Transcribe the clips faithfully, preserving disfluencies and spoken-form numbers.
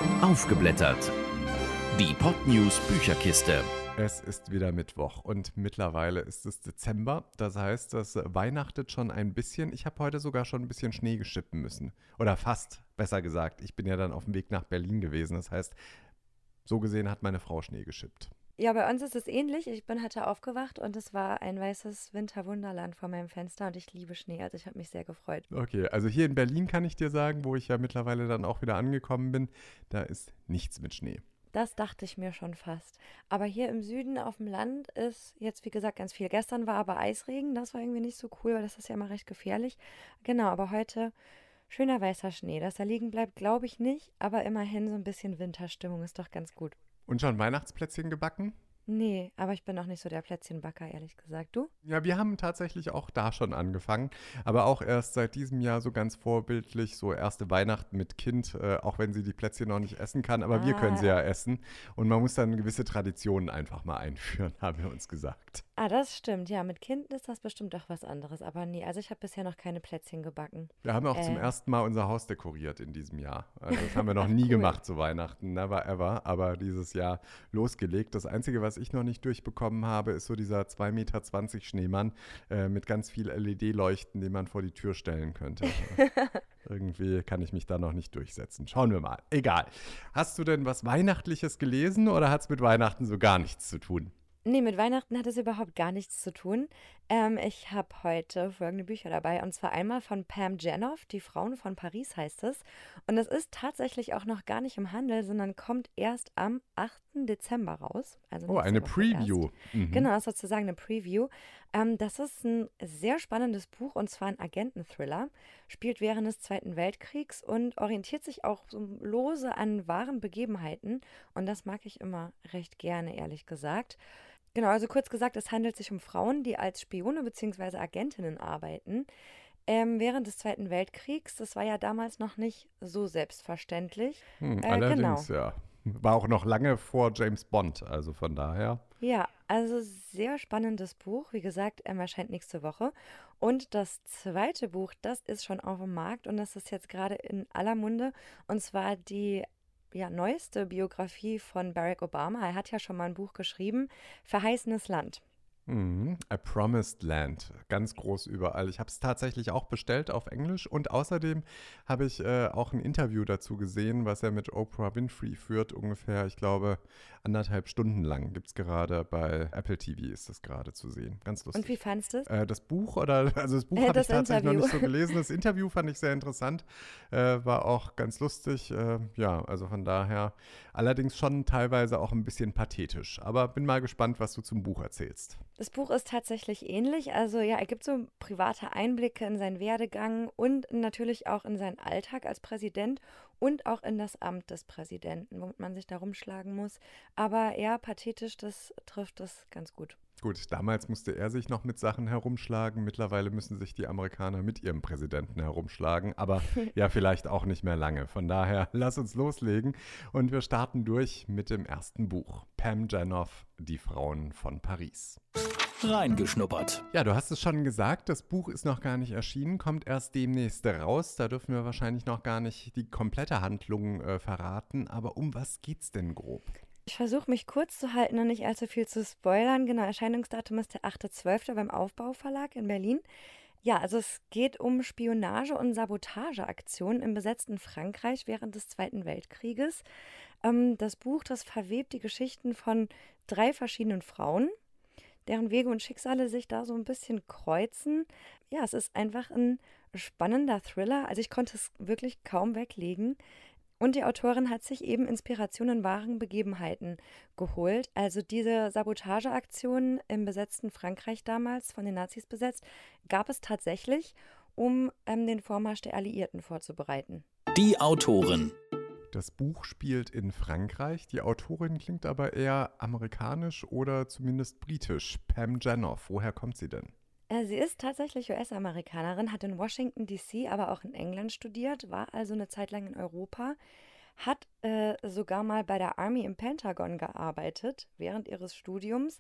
Aufgeblättert. Die Podnews Bücherkiste. Es ist wieder Mittwoch und mittlerweile ist es Dezember. Das heißt, es weihnachtet schon ein bisschen. Ich habe heute sogar schon ein bisschen Schnee geschippen müssen. Oder fast, besser gesagt. Ich bin ja dann auf dem Weg nach Berlin gewesen. Das heißt, so gesehen hat meine Frau Schnee geschippt. Ja, bei uns ist es ähnlich. Ich bin heute aufgewacht und es war ein weißes Winterwunderland vor meinem Fenster und ich liebe Schnee. Also ich habe mich sehr gefreut. Okay, also hier in Berlin kann ich dir sagen, wo ich ja mittlerweile dann auch wieder angekommen bin, da ist nichts mit Schnee. Das dachte ich mir schon fast. Aber hier im Süden auf dem Land ist jetzt, wie gesagt, ganz viel. Gestern war aber Eisregen. Das war irgendwie nicht so cool, weil das ist ja immer recht gefährlich. Genau, aber heute schöner weißer Schnee. Dass er liegen bleibt, glaube ich nicht. Aber immerhin so ein bisschen Winterstimmung ist doch ganz gut. Und schon Weihnachtsplätzchen gebacken? Nee, aber ich bin auch nicht so der Plätzchenbacker, ehrlich gesagt. Du? Ja, wir haben tatsächlich auch da schon angefangen, aber auch erst seit diesem Jahr so ganz vorbildlich, so erste Weihnachten mit Kind, äh, auch wenn sie die Plätzchen noch nicht essen kann, aber Ah. wir können sie ja essen und man muss dann gewisse Traditionen einfach mal einführen, haben wir uns gesagt. Ah, das stimmt. Ja, mit Kind ist das bestimmt doch was anderes. Aber nee, also ich habe bisher noch keine Plätzchen gebacken. Wir haben auch Äh. zum ersten Mal unser Haus dekoriert in diesem Jahr. Also das haben wir noch nie Cool. gemacht zu Weihnachten, never ever, aber dieses Jahr losgelegt. Das Einzige, was ich noch nicht durchbekommen habe, ist so dieser zwei Meter zwanzig Schneemann äh, mit ganz viel L E D-Leuchten, den man vor die Tür stellen könnte. Irgendwie kann ich mich da noch nicht durchsetzen. Schauen wir mal. Egal. Hast du denn was Weihnachtliches gelesen oder hat es mit Weihnachten so gar nichts zu tun? Nee, mit Weihnachten hat es überhaupt gar nichts zu tun. Ähm, ich habe heute folgende Bücher dabei. Und zwar einmal von Pam Janoff, Die Frauen von Paris heißt es. Und es ist tatsächlich auch noch gar nicht im Handel, sondern kommt erst am achten Dezember raus. Also Oh, nächste eine Woche Preview. erst. Mhm. Genau, das ist sozusagen eine Preview. Ähm, das ist ein sehr spannendes Buch und zwar ein Agenten-Thriller. Spielt während des Zweiten Weltkriegs und orientiert sich auch so lose an wahren Begebenheiten. Und das mag ich immer recht gerne, ehrlich gesagt. Genau, also kurz gesagt, es handelt sich um Frauen, die als Spione bzw. Agentinnen arbeiten. Ähm, während des Zweiten Weltkriegs, das war ja damals noch nicht so selbstverständlich. Hm, Äh, allerdings, genau. ja. War auch noch lange vor James Bond, also von daher. Ja, also sehr spannendes Buch. Wie gesagt, ähm, erscheint nächste Woche. Und das zweite Buch, das ist schon auf dem Markt und das ist jetzt gerade in aller Munde. Und zwar die ja, neueste Biografie von Barack Obama. Er hat ja schon mal ein Buch geschrieben, Verheißenes Land. Mhm. A Promised Land, ganz groß überall. Ich habe es tatsächlich auch bestellt auf Englisch und außerdem habe ich äh, auch ein Interview dazu gesehen, was er mit Oprah Winfrey führt, ungefähr, ich glaube, anderthalb Stunden lang. Gibt es gerade bei Apple T V, ist das gerade zu sehen. Ganz lustig. Und wie fandst du es? Äh, das Buch oder, also das Buch Äh, habe ich das tatsächlich noch Interview. nicht so gelesen. Das Interview fand ich sehr interessant, äh, war auch ganz lustig. Äh, ja, also von daher allerdings schon teilweise auch ein bisschen pathetisch. Aber bin mal gespannt, was du zum Buch erzählst. Das Buch ist tatsächlich ähnlich. Also ja, er gibt so private Einblicke in seinen Werdegang und natürlich auch in seinen Alltag als Präsident und auch in das Amt des Präsidenten, womit man sich da rumschlagen muss. Aber eher pathetisch, das trifft es ganz gut. Gut, damals musste er sich noch mit Sachen herumschlagen. Mittlerweile müssen sich die Amerikaner mit ihrem Präsidenten herumschlagen. Aber ja, vielleicht auch nicht mehr lange. Von daher, lass uns loslegen. Und wir starten durch mit dem ersten Buch. Pam Janoff, Die Frauen von Paris. Reingeschnuppert. Ja, du hast es schon gesagt, das Buch ist noch gar nicht erschienen, kommt erst demnächst raus. Da dürfen wir wahrscheinlich noch gar nicht die komplette Handlung äh, verraten. Aber um was geht's denn grob? Ich versuche mich kurz zu halten und nicht allzu viel zu spoilern. Genau, Erscheinungsdatum ist der achte zwölfte beim Aufbau Verlag in Berlin. Ja, also es geht um Spionage- und Sabotageaktionen im besetzten Frankreich während des Zweiten Weltkrieges. Ähm, das Buch, das verwebt die Geschichten von drei verschiedenen Frauen, deren Wege und Schicksale sich da so ein bisschen kreuzen. Ja, es ist einfach ein spannender Thriller. Also ich konnte es wirklich kaum weglegen. Und die Autorin hat sich eben Inspiration in wahren Begebenheiten geholt. Also diese Sabotageaktionen im besetzten Frankreich damals, von den Nazis besetzt, gab es tatsächlich, um ähm, den Vormarsch der Alliierten vorzubereiten. Die Autorin. Das Buch spielt in Frankreich. Die Autorin klingt aber eher amerikanisch oder zumindest britisch. Pam Janoff, woher kommt sie denn? Äh, Sie ist tatsächlich U S-Amerikanerin, hat in Washington D C, aber auch in England studiert, war also eine Zeit lang in Europa, hat äh, sogar mal bei der Army im Pentagon gearbeitet während ihres Studiums,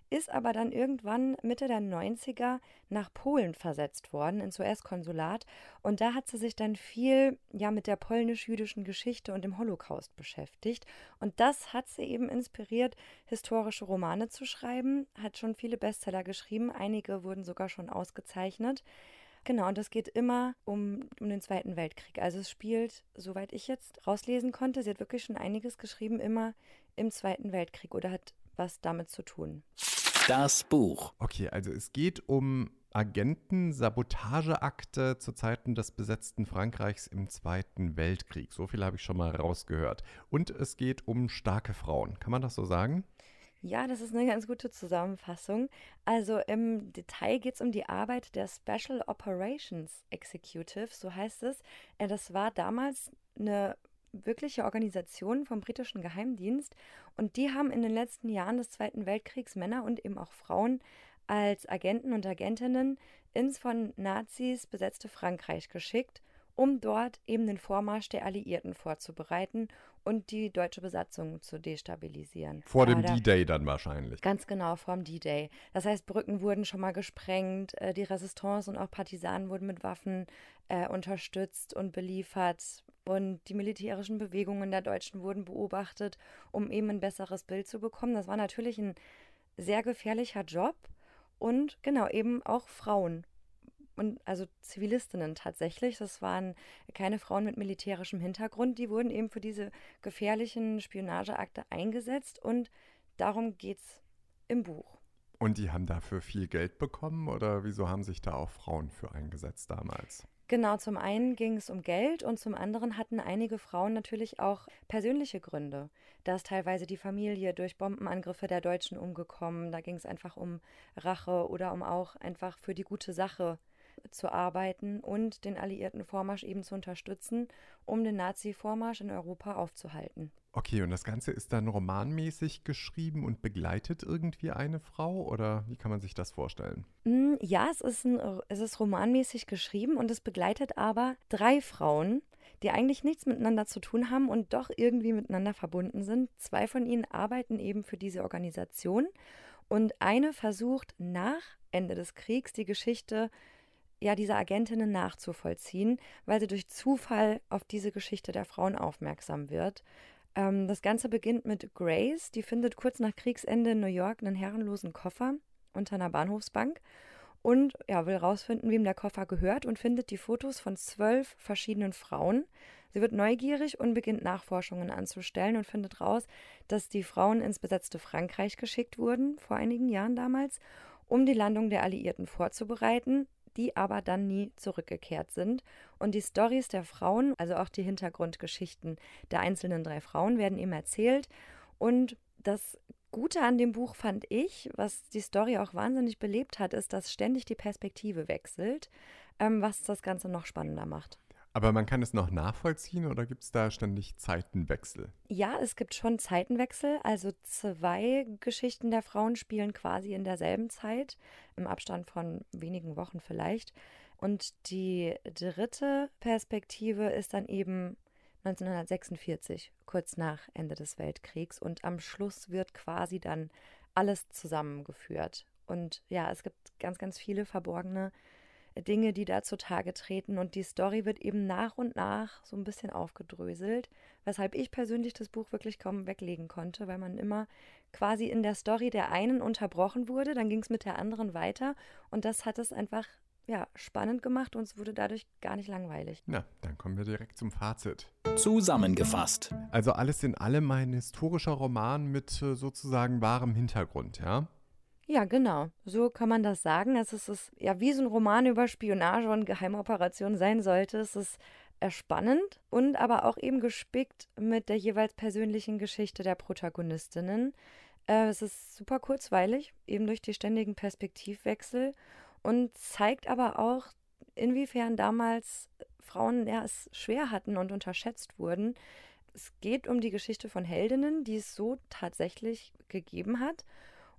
ist aber dann irgendwann Mitte der neunziger nach Polen versetzt worden, ins U S-Konsulat. Und da hat sie sich dann viel ja, mit der polnisch-jüdischen Geschichte und dem Holocaust beschäftigt. Und das hat sie eben inspiriert, historische Romane zu schreiben, hat schon viele Bestseller geschrieben, einige wurden sogar schon ausgezeichnet. Genau, und es geht immer um, um den Zweiten Weltkrieg. Also es spielt, soweit ich jetzt rauslesen konnte, sie hat wirklich schon einiges geschrieben, immer im Zweiten Weltkrieg oder hat was damit zu tun. Das Buch. Okay, also es geht um Agenten, Sabotageakte zu Zeiten des besetzten Frankreichs im Zweiten Weltkrieg. So viel habe ich schon mal rausgehört. Und es geht um starke Frauen. Kann man das so sagen? Ja, das ist eine ganz gute Zusammenfassung. Also im Detail geht es um die Arbeit der Special Operations Executive, so heißt es. Äh, Das war damals eine wirkliche Organisation vom britischen Geheimdienst und die haben in den letzten Jahren des Zweiten Weltkriegs Männer und eben auch Frauen als Agenten und Agentinnen ins von Nazis besetzte Frankreich geschickt, um dort eben den Vormarsch der Alliierten vorzubereiten und die deutsche Besatzung zu destabilisieren. Vor dem Ja, da- D-Day dann wahrscheinlich. Ganz genau, vorm D-Day. Das heißt, Brücken wurden schon mal gesprengt, äh, die Resistance und auch Partisanen wurden mit Waffen äh, unterstützt und beliefert und die militärischen Bewegungen der Deutschen wurden beobachtet, um eben ein besseres Bild zu bekommen. Das war natürlich ein sehr gefährlicher Job und genau eben auch Frauen. Und also Zivilistinnen tatsächlich. Das waren keine Frauen mit militärischem Hintergrund. Die wurden eben für diese gefährlichen Spionageakte eingesetzt und darum geht's im Buch. Und die haben dafür viel Geld bekommen oder wieso haben sich da auch Frauen für eingesetzt damals? Genau, zum einen ging es um Geld und zum anderen hatten einige Frauen natürlich auch persönliche Gründe. Da ist teilweise die Familie durch Bombenangriffe der Deutschen umgekommen. Da ging es einfach um Rache oder um auch einfach für die gute Sache zu arbeiten und den alliierten Vormarsch eben zu unterstützen, um den Nazi-Vormarsch in Europa aufzuhalten. Okay, und das Ganze ist dann romanmäßig geschrieben und begleitet irgendwie eine Frau oder wie kann man sich das vorstellen? Mm, Ja, es ist, ein, es ist romanmäßig geschrieben und es begleitet aber drei Frauen, die eigentlich nichts miteinander zu tun haben und doch irgendwie miteinander verbunden sind. Zwei von ihnen arbeiten eben für diese Organisation und eine versucht nach Ende des Kriegs die Geschichte ja, dieser Agentinnen nachzuvollziehen, weil sie durch Zufall auf diese Geschichte der Frauen aufmerksam wird. Ähm, das Ganze beginnt mit Grace, die findet kurz nach Kriegsende in New York einen herrenlosen Koffer unter einer Bahnhofsbank und ja, will rausfinden, wem der Koffer gehört und findet die Fotos von zwölf verschiedenen Frauen. Sie wird neugierig und beginnt Nachforschungen anzustellen und findet raus, dass die Frauen ins besetzte Frankreich geschickt wurden, vor einigen Jahren damals, um die Landung der Alliierten vorzubereiten, die aber dann nie zurückgekehrt sind. Und die Storys der Frauen, also auch die Hintergrundgeschichten der einzelnen drei Frauen, werden eben erzählt. Und das Gute an dem Buch fand ich, was die Story auch wahnsinnig belebt hat, ist, dass ständig die Perspektive wechselt, ähm, was das Ganze noch spannender macht. Aber man kann es noch nachvollziehen oder gibt es da ständig Zeitenwechsel? Ja, es gibt schon Zeitenwechsel. Also zwei Geschichten der Frauen spielen quasi in derselben Zeit, im Abstand von wenigen Wochen vielleicht. Und die dritte Perspektive ist dann eben neunzehnhundertsechsundvierzig, kurz nach Ende des Weltkriegs. Und am Schluss wird quasi dann alles zusammengeführt. Und ja, es gibt ganz, ganz viele verborgene Dinge, die da zutage treten und die Story wird eben nach und nach so ein bisschen aufgedröselt, weshalb ich persönlich das Buch wirklich kaum weglegen konnte, weil man immer quasi in der Story der einen unterbrochen wurde, dann ging es mit der anderen weiter und das hat es einfach ja, spannend gemacht und es wurde dadurch gar nicht langweilig. Na, dann kommen wir direkt zum Fazit. Zusammengefasst. Also alles in allem ein historischer Roman mit äh, sozusagen wahrem Hintergrund, ja? Ja, genau. So kann man das sagen. Es ist, es, ja, wie so ein Roman über Spionage und Geheimoperationen sein sollte. Es ist äh, spannend und aber auch eben gespickt mit der jeweils persönlichen Geschichte der Protagonistinnen. Äh, es ist super kurzweilig, eben durch die ständigen Perspektivwechsel und zeigt aber auch, inwiefern damals Frauen ja, es schwer hatten und unterschätzt wurden. Es geht um die Geschichte von Heldinnen, die es so tatsächlich gegeben hat.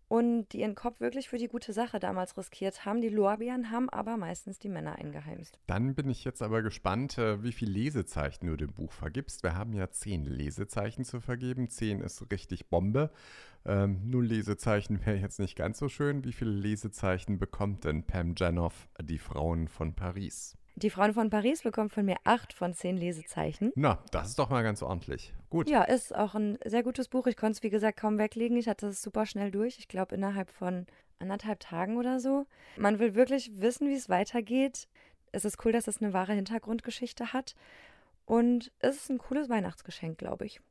und die ihren Kopf wirklich für die gute Sache damals riskiert haben. Die Lorbeeren haben aber meistens die Männer eingeheimst. Dann bin ich jetzt aber gespannt, äh, wie viele Lesezeichen du dem Buch vergibst. Wir haben ja zehn Lesezeichen zu vergeben. Zehn ist richtig Bombe. Ähm, null Lesezeichen wäre jetzt nicht ganz so schön. Wie viele Lesezeichen bekommt denn Pam Janoff, Die Frauen von Paris? Die Frauen von Paris bekommen von mir acht von zehn Lesezeichen. Na, das ist doch mal ganz ordentlich. Gut. Ja, ist auch ein sehr gutes Buch. Ich konnte es, wie gesagt, kaum weglegen. Ich hatte es super schnell durch. Ich glaube, innerhalb von anderthalb Tagen oder so. Man will wirklich wissen, wie es weitergeht. Es ist cool, dass es eine wahre Hintergrundgeschichte hat. Und es ist ein cooles Weihnachtsgeschenk, glaube ich.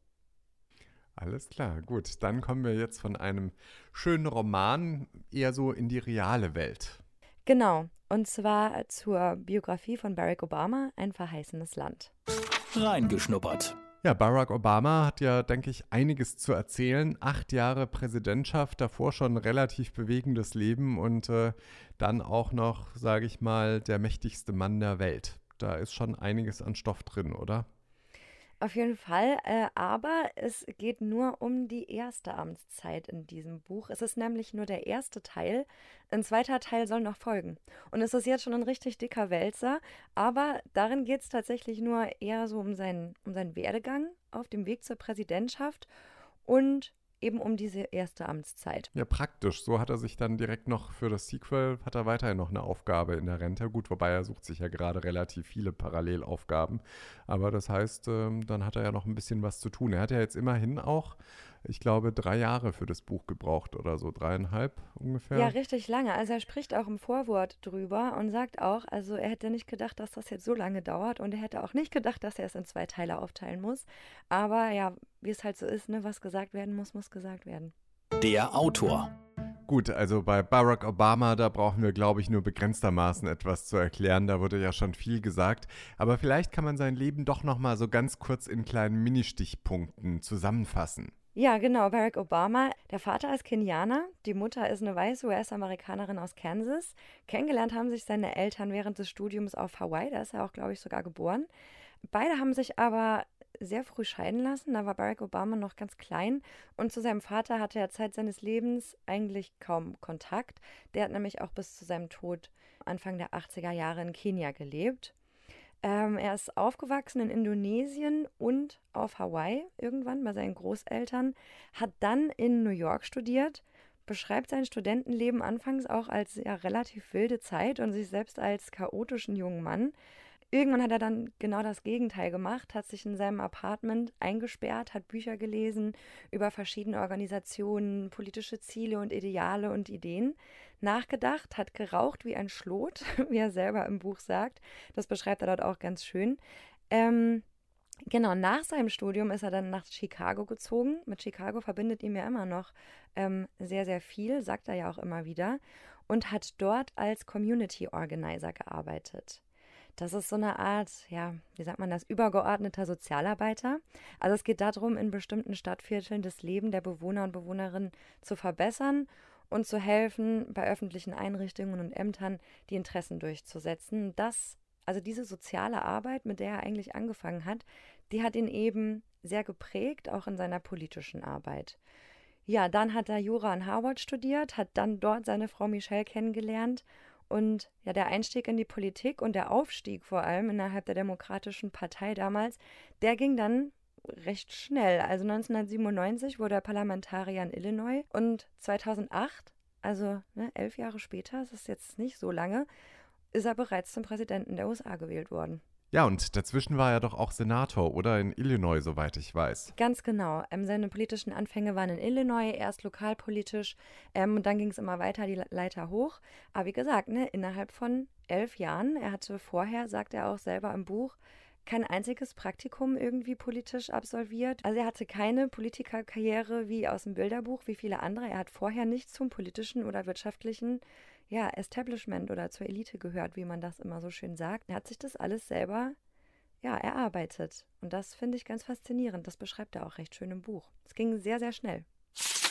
Alles klar, gut. Dann kommen wir jetzt von einem schönen Roman eher so in die reale Welt. Genau, und zwar zur Biografie von Barack Obama, Ein verheißenes Land. Reingeschnuppert. Ja, Barack Obama hat ja, denke ich, einiges zu erzählen. Acht Jahre Präsidentschaft, davor schon ein relativ bewegendes Leben und äh, dann auch noch, sage ich mal, der mächtigste Mann der Welt. Da ist schon einiges an Stoff drin, oder? Auf jeden Fall, äh, aber es geht nur um die erste Amtszeit in diesem Buch. Es ist nämlich nur der erste Teil. Ein zweiter Teil soll noch folgen. Und es ist jetzt schon ein richtig dicker Wälzer, aber darin geht es tatsächlich nur eher so um seinen, um seinen Werdegang auf dem Weg zur Präsidentschaft und eben um diese erste Amtszeit. Ja, praktisch. So hat er sich dann direkt noch für das Sequel, hat er weiterhin noch eine Aufgabe in der Rente. Gut, wobei er sucht sich ja gerade relativ viele Parallelaufgaben. Aber das heißt, ähm, dann hat er ja noch ein bisschen was zu tun. Er hat ja jetzt immerhin auch, ich glaube, drei Jahre für das Buch gebraucht oder so, dreieinhalb ungefähr. Ja, richtig lange. Also er spricht auch im Vorwort drüber und sagt auch, also er hätte nicht gedacht, dass das jetzt so lange dauert und er hätte auch nicht gedacht, dass er es in zwei Teile aufteilen muss. Aber ja, wie es halt so ist, ne, was gesagt werden muss, muss gesagt werden. Der Autor. Gut, also bei Barack Obama, da brauchen wir, glaube ich, nur begrenztermaßen etwas zu erklären. Da wurde ja schon viel gesagt. Aber vielleicht kann man sein Leben doch noch mal so ganz kurz in kleinen Ministichpunkten zusammenfassen. Ja, genau, Barack Obama. Der Vater ist Kenianer, die Mutter ist eine weiße U S-Amerikanerin aus Kansas. Kennengelernt haben sich seine Eltern während des Studiums auf Hawaii, da ist er auch, glaube ich, sogar geboren. Beide haben sich aber sehr früh scheiden lassen, da war Barack Obama noch ganz klein und zu seinem Vater hatte er Zeit seines Lebens eigentlich kaum Kontakt. Der hat nämlich auch bis zu seinem Tod Anfang der achtziger Jahre in Kenia gelebt. Ähm, er ist aufgewachsen in Indonesien und auf Hawaii irgendwann bei seinen Großeltern, hat dann in New York studiert, beschreibt sein Studentenleben anfangs auch als ja, relativ wilde Zeit und sich selbst als chaotischen jungen Mann. Irgendwann hat er dann genau das Gegenteil gemacht, hat sich in seinem Apartment eingesperrt, hat Bücher gelesen über verschiedene Organisationen, politische Ziele und Ideale und Ideen, nachgedacht, hat geraucht wie ein Schlot, wie er selber im Buch sagt. Das beschreibt er dort auch ganz schön. Ähm, genau, nach seinem Studium ist er dann nach Chicago gezogen. Mit Chicago verbindet ihm ja immer noch ähm, sehr, sehr viel, sagt er ja auch immer wieder, und hat dort als Community Organizer gearbeitet. Das ist so eine Art, ja, wie sagt man das, übergeordneter Sozialarbeiter. Also es geht darum, in bestimmten Stadtvierteln das Leben der Bewohner und Bewohnerinnen zu verbessern und zu helfen, bei öffentlichen Einrichtungen und Ämtern die Interessen durchzusetzen. Das, also diese soziale Arbeit, mit der er eigentlich angefangen hat, die hat ihn eben sehr geprägt, auch in seiner politischen Arbeit. Ja, dann hat er Jura an Harvard studiert, hat dann dort seine Frau Michelle kennengelernt. Und ja, der Einstieg in die Politik und der Aufstieg vor allem innerhalb der Demokratischen Partei damals, der ging dann recht schnell. Also neunzehnhundertsiebenundneunzig wurde er Parlamentarier in Illinois und zweitausendacht, also ne, elf Jahre später, das ist jetzt nicht so lange, ist er bereits zum Präsidenten der U S A gewählt worden. Ja, und dazwischen war er doch auch Senator, oder? In Illinois, soweit ich weiß. Ganz genau. Ähm, seine politischen Anfänge waren in Illinois, erst lokalpolitisch ähm, und dann ging es immer weiter die Leiter hoch. Aber wie gesagt, ne, innerhalb von elf Jahren, er hatte vorher, sagt er auch selber im Buch, kein einziges Praktikum irgendwie politisch absolviert. Also er hatte keine Politikerkarriere wie aus dem Bilderbuch, wie viele andere. Er hat vorher nicht zum politischen oder wirtschaftlichen ja, Establishment oder zur Elite gehört, wie man das immer so schön sagt. Er hat sich das alles selber ja, erarbeitet. Und das finde ich ganz faszinierend. Das beschreibt er auch recht schön im Buch. Es ging sehr, sehr schnell.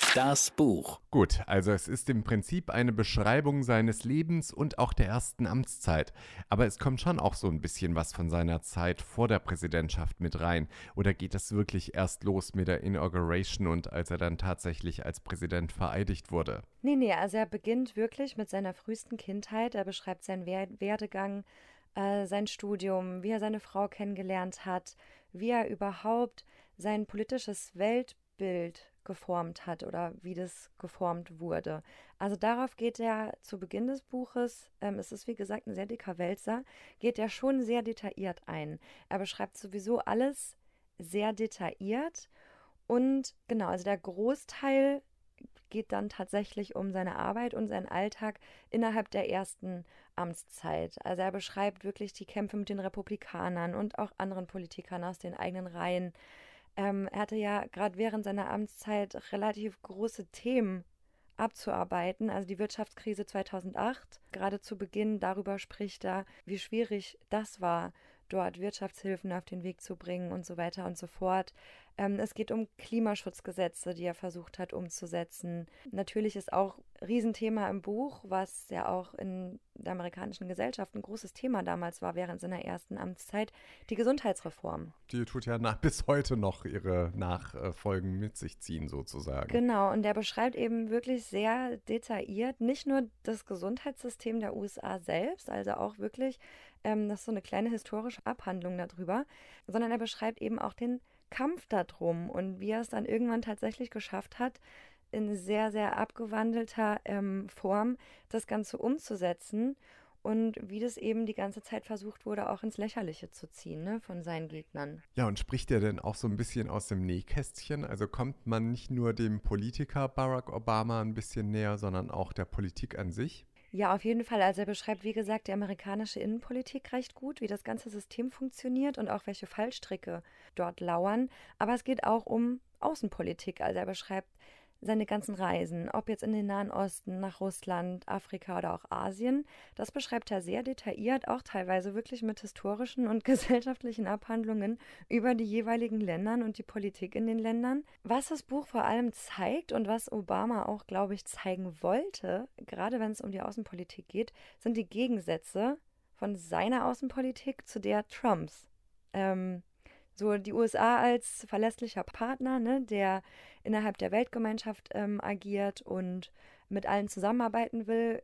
Das Buch. Gut, also es ist im Prinzip eine Beschreibung seines Lebens und auch der ersten Amtszeit. Aber es kommt schon auch so ein bisschen was von seiner Zeit vor der Präsidentschaft mit rein. Oder geht das wirklich erst los mit der Inauguration und als er dann tatsächlich als Präsident vereidigt wurde? Nee, nee, also er beginnt wirklich mit seiner frühesten Kindheit. Er beschreibt seinen Wer- Werdegang, äh, sein Studium, wie er seine Frau kennengelernt hat, wie er überhaupt sein politisches Weltbild geformt hat oder wie das geformt wurde. Also darauf geht er zu Beginn des Buches, ähm, es ist wie gesagt ein sehr dicker Wälzer, geht er schon sehr detailliert ein. Er beschreibt sowieso alles sehr detailliert und genau, also der Großteil geht dann tatsächlich um seine Arbeit und seinen Alltag innerhalb der ersten Amtszeit. Also er beschreibt wirklich die Kämpfe mit den Republikanern und auch anderen Politikern aus den eigenen Reihen. Ähm, er hatte ja gerade während seiner Amtszeit relativ große Themen abzuarbeiten, also die Wirtschaftskrise zweitausendacht. Gerade zu Beginn darüber spricht er, wie schwierig das war, dort Wirtschaftshilfen auf den Weg zu bringen und so weiter und so fort. Ähm, es geht um Klimaschutzgesetze, die er versucht hat umzusetzen. Natürlich ist auch ein Riesenthema im Buch, was ja auch in der amerikanischen Gesellschaft ein großes Thema damals war während seiner ersten Amtszeit, die Gesundheitsreform. Die tut ja nach, bis heute noch ihre Nachfolgen mit sich ziehen sozusagen. Genau, und der beschreibt eben wirklich sehr detailliert nicht nur das Gesundheitssystem der U S A selbst, also auch wirklich, ähm, das ist so eine kleine historische Abhandlung darüber, sondern er beschreibt eben auch den Kampf darum und wie er es dann irgendwann tatsächlich geschafft hat, in sehr, sehr abgewandelter ähm, Form das Ganze umzusetzen und wie das eben die ganze Zeit versucht wurde, auch ins Lächerliche zu ziehen, ne, von seinen Gegnern. Ja, und spricht er denn auch so ein bisschen aus dem Nähkästchen? Also kommt man nicht nur dem Politiker Barack Obama ein bisschen näher, sondern auch der Politik an sich? Ja, auf jeden Fall. Also er beschreibt, wie gesagt, die amerikanische Innenpolitik recht gut, wie das ganze System funktioniert und auch welche Fallstricke dort lauern. Aber es geht auch um Außenpolitik. Also er beschreibt seine ganzen Reisen, ob jetzt in den Nahen Osten, nach Russland, Afrika oder auch Asien. Das beschreibt er sehr detailliert, auch teilweise wirklich mit historischen und gesellschaftlichen Abhandlungen über die jeweiligen Länder und die Politik in den Ländern. Was das Buch vor allem zeigt und was Obama auch, glaube ich, zeigen wollte, gerade wenn es um die Außenpolitik geht, sind die Gegensätze von seiner Außenpolitik zu der Trumps. Ähm, So die U S A als verlässlicher Partner, ne, der innerhalb der Weltgemeinschaft ähm, agiert und mit allen zusammenarbeiten will,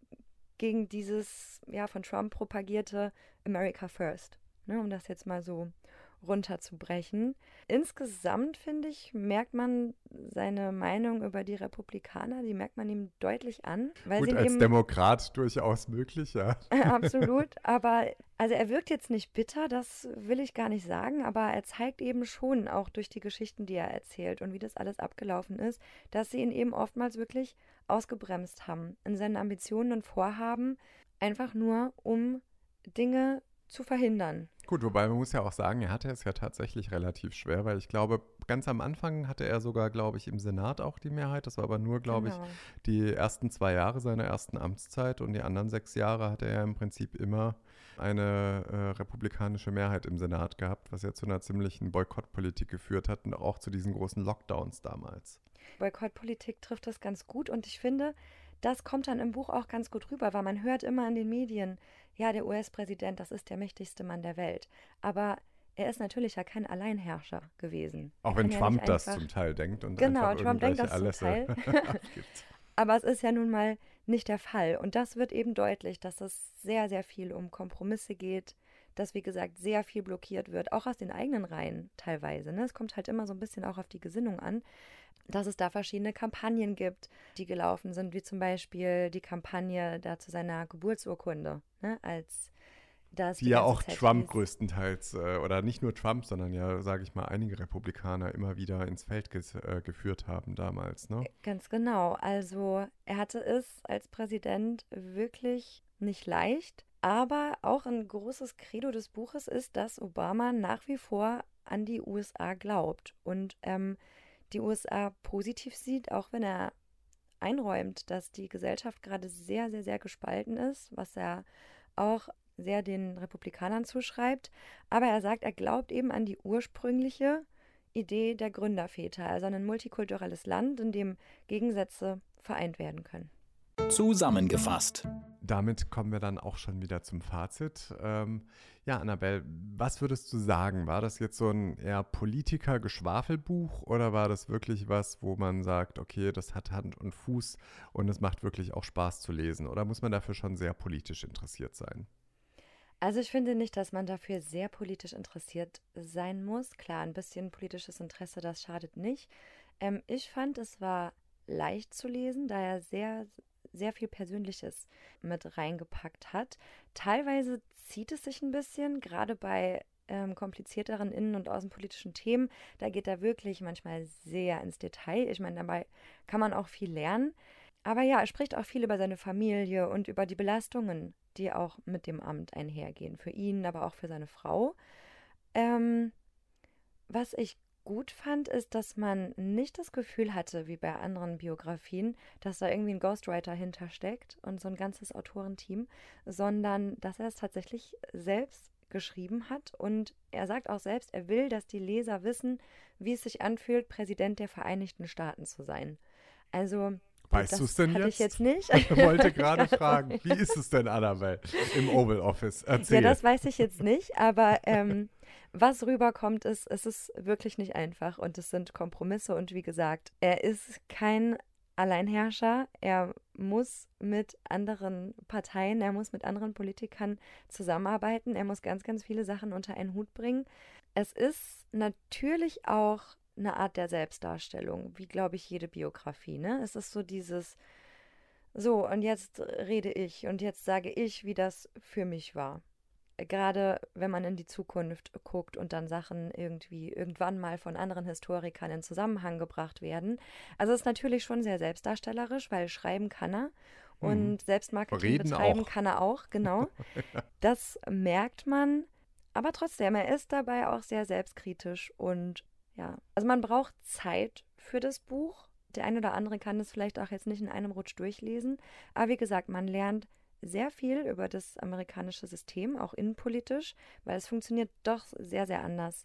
gegen dieses ja von Trump propagierte America First, ne, um das jetzt mal so runterzubrechen. Insgesamt, finde ich, merkt man seine Meinung über die Republikaner, die merkt man ihm deutlich an. Weil Gut, sie ihn als eben, Demokrat durchaus möglich, ja. absolut, aber also er wirkt jetzt nicht bitter, das will ich gar nicht sagen, aber er zeigt eben schon auch durch die Geschichten, die er erzählt und wie das alles abgelaufen ist, dass sie ihn eben oftmals wirklich ausgebremst haben in seinen Ambitionen und Vorhaben, einfach nur um Dinge zu verhindern. Gut, wobei man muss ja auch sagen, er hatte es ja tatsächlich relativ schwer, weil ich glaube, ganz am Anfang hatte er sogar, glaube ich, im Senat auch die Mehrheit. Das war aber nur, glaube Genau. ich, die ersten zwei Jahre seiner ersten Amtszeit und die anderen sechs Jahre hatte er im Prinzip immer eine äh, republikanische Mehrheit im Senat gehabt, was ja zu einer ziemlichen Boykottpolitik geführt hat und auch zu diesen großen Lockdowns damals. Boykottpolitik trifft das ganz gut und ich finde, das kommt dann im Buch auch ganz gut rüber, weil man hört immer in den Medien, ja, der U S-Präsident, das ist der mächtigste Mann der Welt. Aber er ist natürlich ja kein Alleinherrscher gewesen. Auch Er wenn kann ja Trump nicht das einfach- zum Teil denkt und Genau, einfach Trump denkt irgendwelche das zum Erlässe Teil. abgibt. Aber es ist ja nun mal nicht der Fall. Und das wird eben deutlich, dass es sehr, sehr viel um Kompromisse geht, dass, wie gesagt, sehr viel blockiert wird, auch aus den eigenen Reihen teilweise. Ne? Es kommt halt immer so ein bisschen auch auf die Gesinnung an, dass es da verschiedene Kampagnen gibt, die gelaufen sind, wie zum Beispiel die Kampagne da zu seiner Geburtsurkunde, ne? als das Die die ja ganze auch Zeit Trump hieß. größtenteils, äh, oder nicht nur Trump, sondern ja, sage ich mal, einige Republikaner immer wieder ins Feld ges äh, geführt haben damals, ne? Ganz genau. Also er hatte es als Präsident wirklich nicht leicht. Aber auch ein großes Credo des Buches ist, dass Obama nach wie vor an die U S A glaubt und ähm, die U S A positiv sieht, auch wenn er einräumt, dass die Gesellschaft gerade sehr, sehr, sehr gespalten ist, was er auch sehr den Republikanern zuschreibt. Aber er sagt, er glaubt eben an die ursprüngliche Idee der Gründerväter, also ein multikulturelles Land, in dem Gegensätze vereint werden können. Zusammengefasst. Damit kommen wir dann auch schon wieder zum Fazit. Ähm, ja, Annabelle, was würdest du sagen? War das jetzt so ein eher Politiker-Geschwafelbuch oder war das wirklich was, wo man sagt, okay, das hat Hand und Fuß und es macht wirklich auch Spaß zu lesen? Oder muss man dafür schon sehr politisch interessiert sein? Also ich finde nicht, dass man dafür sehr politisch interessiert sein muss. Klar, ein bisschen politisches Interesse, das schadet nicht. Ähm, ich fand, es war leicht zu lesen, da er sehr, sehr viel Persönliches mit reingepackt hat. Teilweise zieht es sich ein bisschen, gerade bei ähm, komplizierteren innen- und außenpolitischen Themen. Da geht er wirklich manchmal sehr ins Detail. Ich meine, dabei kann man auch viel lernen. Aber ja, er spricht auch viel über seine Familie und über die Belastungen, die auch mit dem Amt einhergehen. Für ihn, aber auch für seine Frau. Ähm, was ich gut fand, ist, dass man nicht das Gefühl hatte, wie bei anderen Biografien, dass da irgendwie ein Ghostwriter hintersteckt und so ein ganzes Autorenteam, sondern dass er es tatsächlich selbst geschrieben hat. Und er sagt auch selbst, er will, dass die Leser wissen, wie es sich anfühlt, Präsident der Vereinigten Staaten zu sein. Also Weißt du es denn hatte jetzt? ich jetzt nicht. Ich wollte gerade fragen, wie ist es denn, Annabelle, im Oval Office? Erzähl. Ja, das weiß ich jetzt nicht, aber ähm, was rüberkommt, ist, es ist wirklich nicht einfach und es sind Kompromisse und wie gesagt, er ist kein Alleinherrscher, er muss mit anderen Parteien, er muss mit anderen Politikern zusammenarbeiten, er muss ganz, ganz viele Sachen unter einen Hut bringen. Es ist natürlich auch eine Art der Selbstdarstellung, wie, glaube ich, jede Biografie, ne? Es ist so dieses, so, und jetzt rede ich und jetzt sage ich, wie das für mich war. Gerade wenn man in die Zukunft guckt und dann Sachen irgendwie irgendwann mal von anderen Historikern in Zusammenhang gebracht werden. Also es ist natürlich schon sehr selbstdarstellerisch, weil schreiben kann er und Mhm. Selbstmarketing Reden betreiben auch. kann er auch, genau. Das merkt man, aber trotzdem, er ist dabei auch sehr selbstkritisch und ja, also man braucht Zeit für das Buch. Der eine oder andere kann es vielleicht auch jetzt nicht in einem Rutsch durchlesen. Aber wie gesagt, man lernt sehr viel über das amerikanische System, auch innenpolitisch, weil es funktioniert doch sehr, sehr anders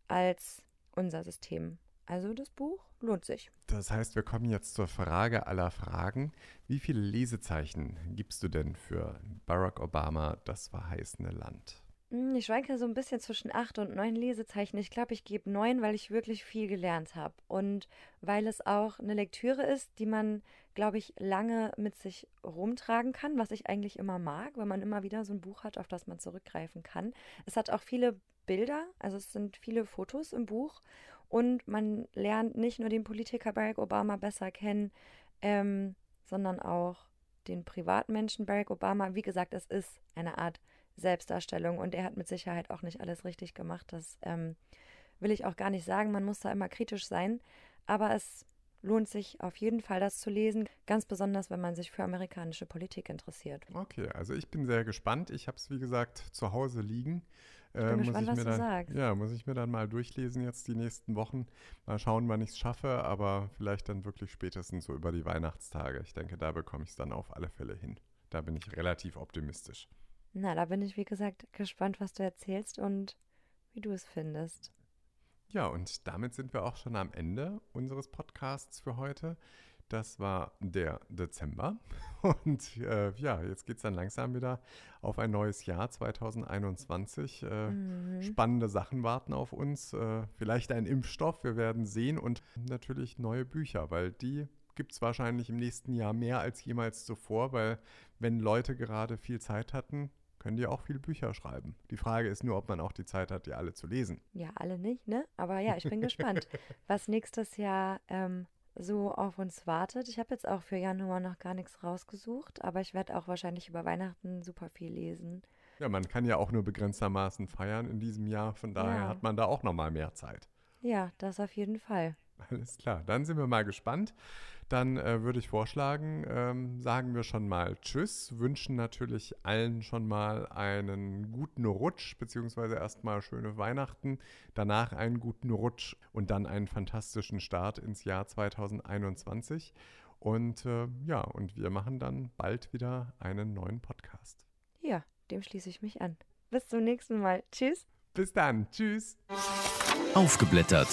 als unser System. Also das Buch lohnt sich. Das heißt, wir kommen jetzt zur Frage aller Fragen. Wie viele Lesezeichen gibst du denn für Barack Obama, das verheißene Land? Ich schwanke so ein bisschen zwischen acht und neun Lesezeichen. Ich glaube, ich gebe neun, weil ich wirklich viel gelernt habe. Und weil es auch eine Lektüre ist, die man, glaube ich, lange mit sich rumtragen kann, was ich eigentlich immer mag, wenn man immer wieder so ein Buch hat, auf das man zurückgreifen kann. Es hat auch viele Bilder, also es sind viele Fotos im Buch. Und man lernt nicht nur den Politiker Barack Obama besser kennen, ähm, sondern auch den Privatmenschen Barack Obama. Wie gesagt, es ist eine Art Selbstdarstellung und er hat mit Sicherheit auch nicht alles richtig gemacht. Das ähm, will ich auch gar nicht sagen. Man muss da immer kritisch sein, aber es lohnt sich auf jeden Fall, das zu lesen, ganz besonders, wenn man sich für amerikanische Politik interessiert. Okay, also ich bin sehr gespannt. Ich habe es, wie gesagt, zu Hause liegen. Ich bin Äh, muss gespannt, ich was mir du dann, sagst. Ja, muss ich mir dann mal durchlesen jetzt die nächsten Wochen. Mal schauen, wann ich es schaffe, aber vielleicht dann wirklich spätestens so über die Weihnachtstage. Ich denke, da bekomme ich es dann auf alle Fälle hin. Da bin ich relativ optimistisch. Na, da bin ich, wie gesagt, gespannt, was du erzählst und wie du es findest. Ja, und damit sind wir auch schon am Ende unseres Podcasts für heute. Das war der Dezember. Und äh, ja, jetzt geht es dann langsam wieder auf ein neues Jahr zwanzig einundzwanzig. Äh, Mhm. Spannende Sachen warten auf uns. Äh, vielleicht ein Impfstoff, wir werden sehen. Und natürlich neue Bücher, weil die gibt es wahrscheinlich im nächsten Jahr mehr als jemals zuvor. Weil wenn Leute gerade viel Zeit hatten, können die auch viele Bücher schreiben. Die Frage ist nur, ob man auch die Zeit hat, die alle zu lesen. Ja, alle nicht, ne? Aber ja, ich bin gespannt, was nächstes Jahr ähm, so auf uns wartet. Ich habe jetzt auch für Januar noch gar nichts rausgesucht, aber ich werde auch wahrscheinlich über Weihnachten super viel lesen. Ja, man kann ja auch nur begrenztermaßen feiern in diesem Jahr. Von daher Ja. hat man da auch nochmal mehr Zeit. Ja, das auf jeden Fall. Alles klar, dann sind wir mal gespannt. Dann äh, würde ich vorschlagen, ähm, sagen wir schon mal Tschüss, wünschen natürlich allen schon mal einen guten Rutsch, beziehungsweise erstmal schöne Weihnachten, danach einen guten Rutsch und dann einen fantastischen Start ins Jahr zwanzig einundzwanzig. Und äh, ja, und wir machen dann bald wieder einen neuen Podcast. Ja, dem schließe ich mich an. Bis zum nächsten Mal. Tschüss. Bis dann, tschüss. Aufgeblättert.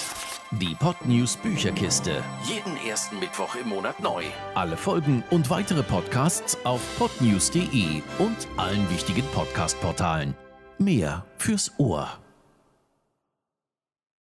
Die Podnews Bücherkiste. Jeden ersten Mittwoch im Monat neu. Alle Folgen und weitere Podcasts auf podnews punkt de und allen wichtigen Podcast-Portalen. Mehr fürs Ohr.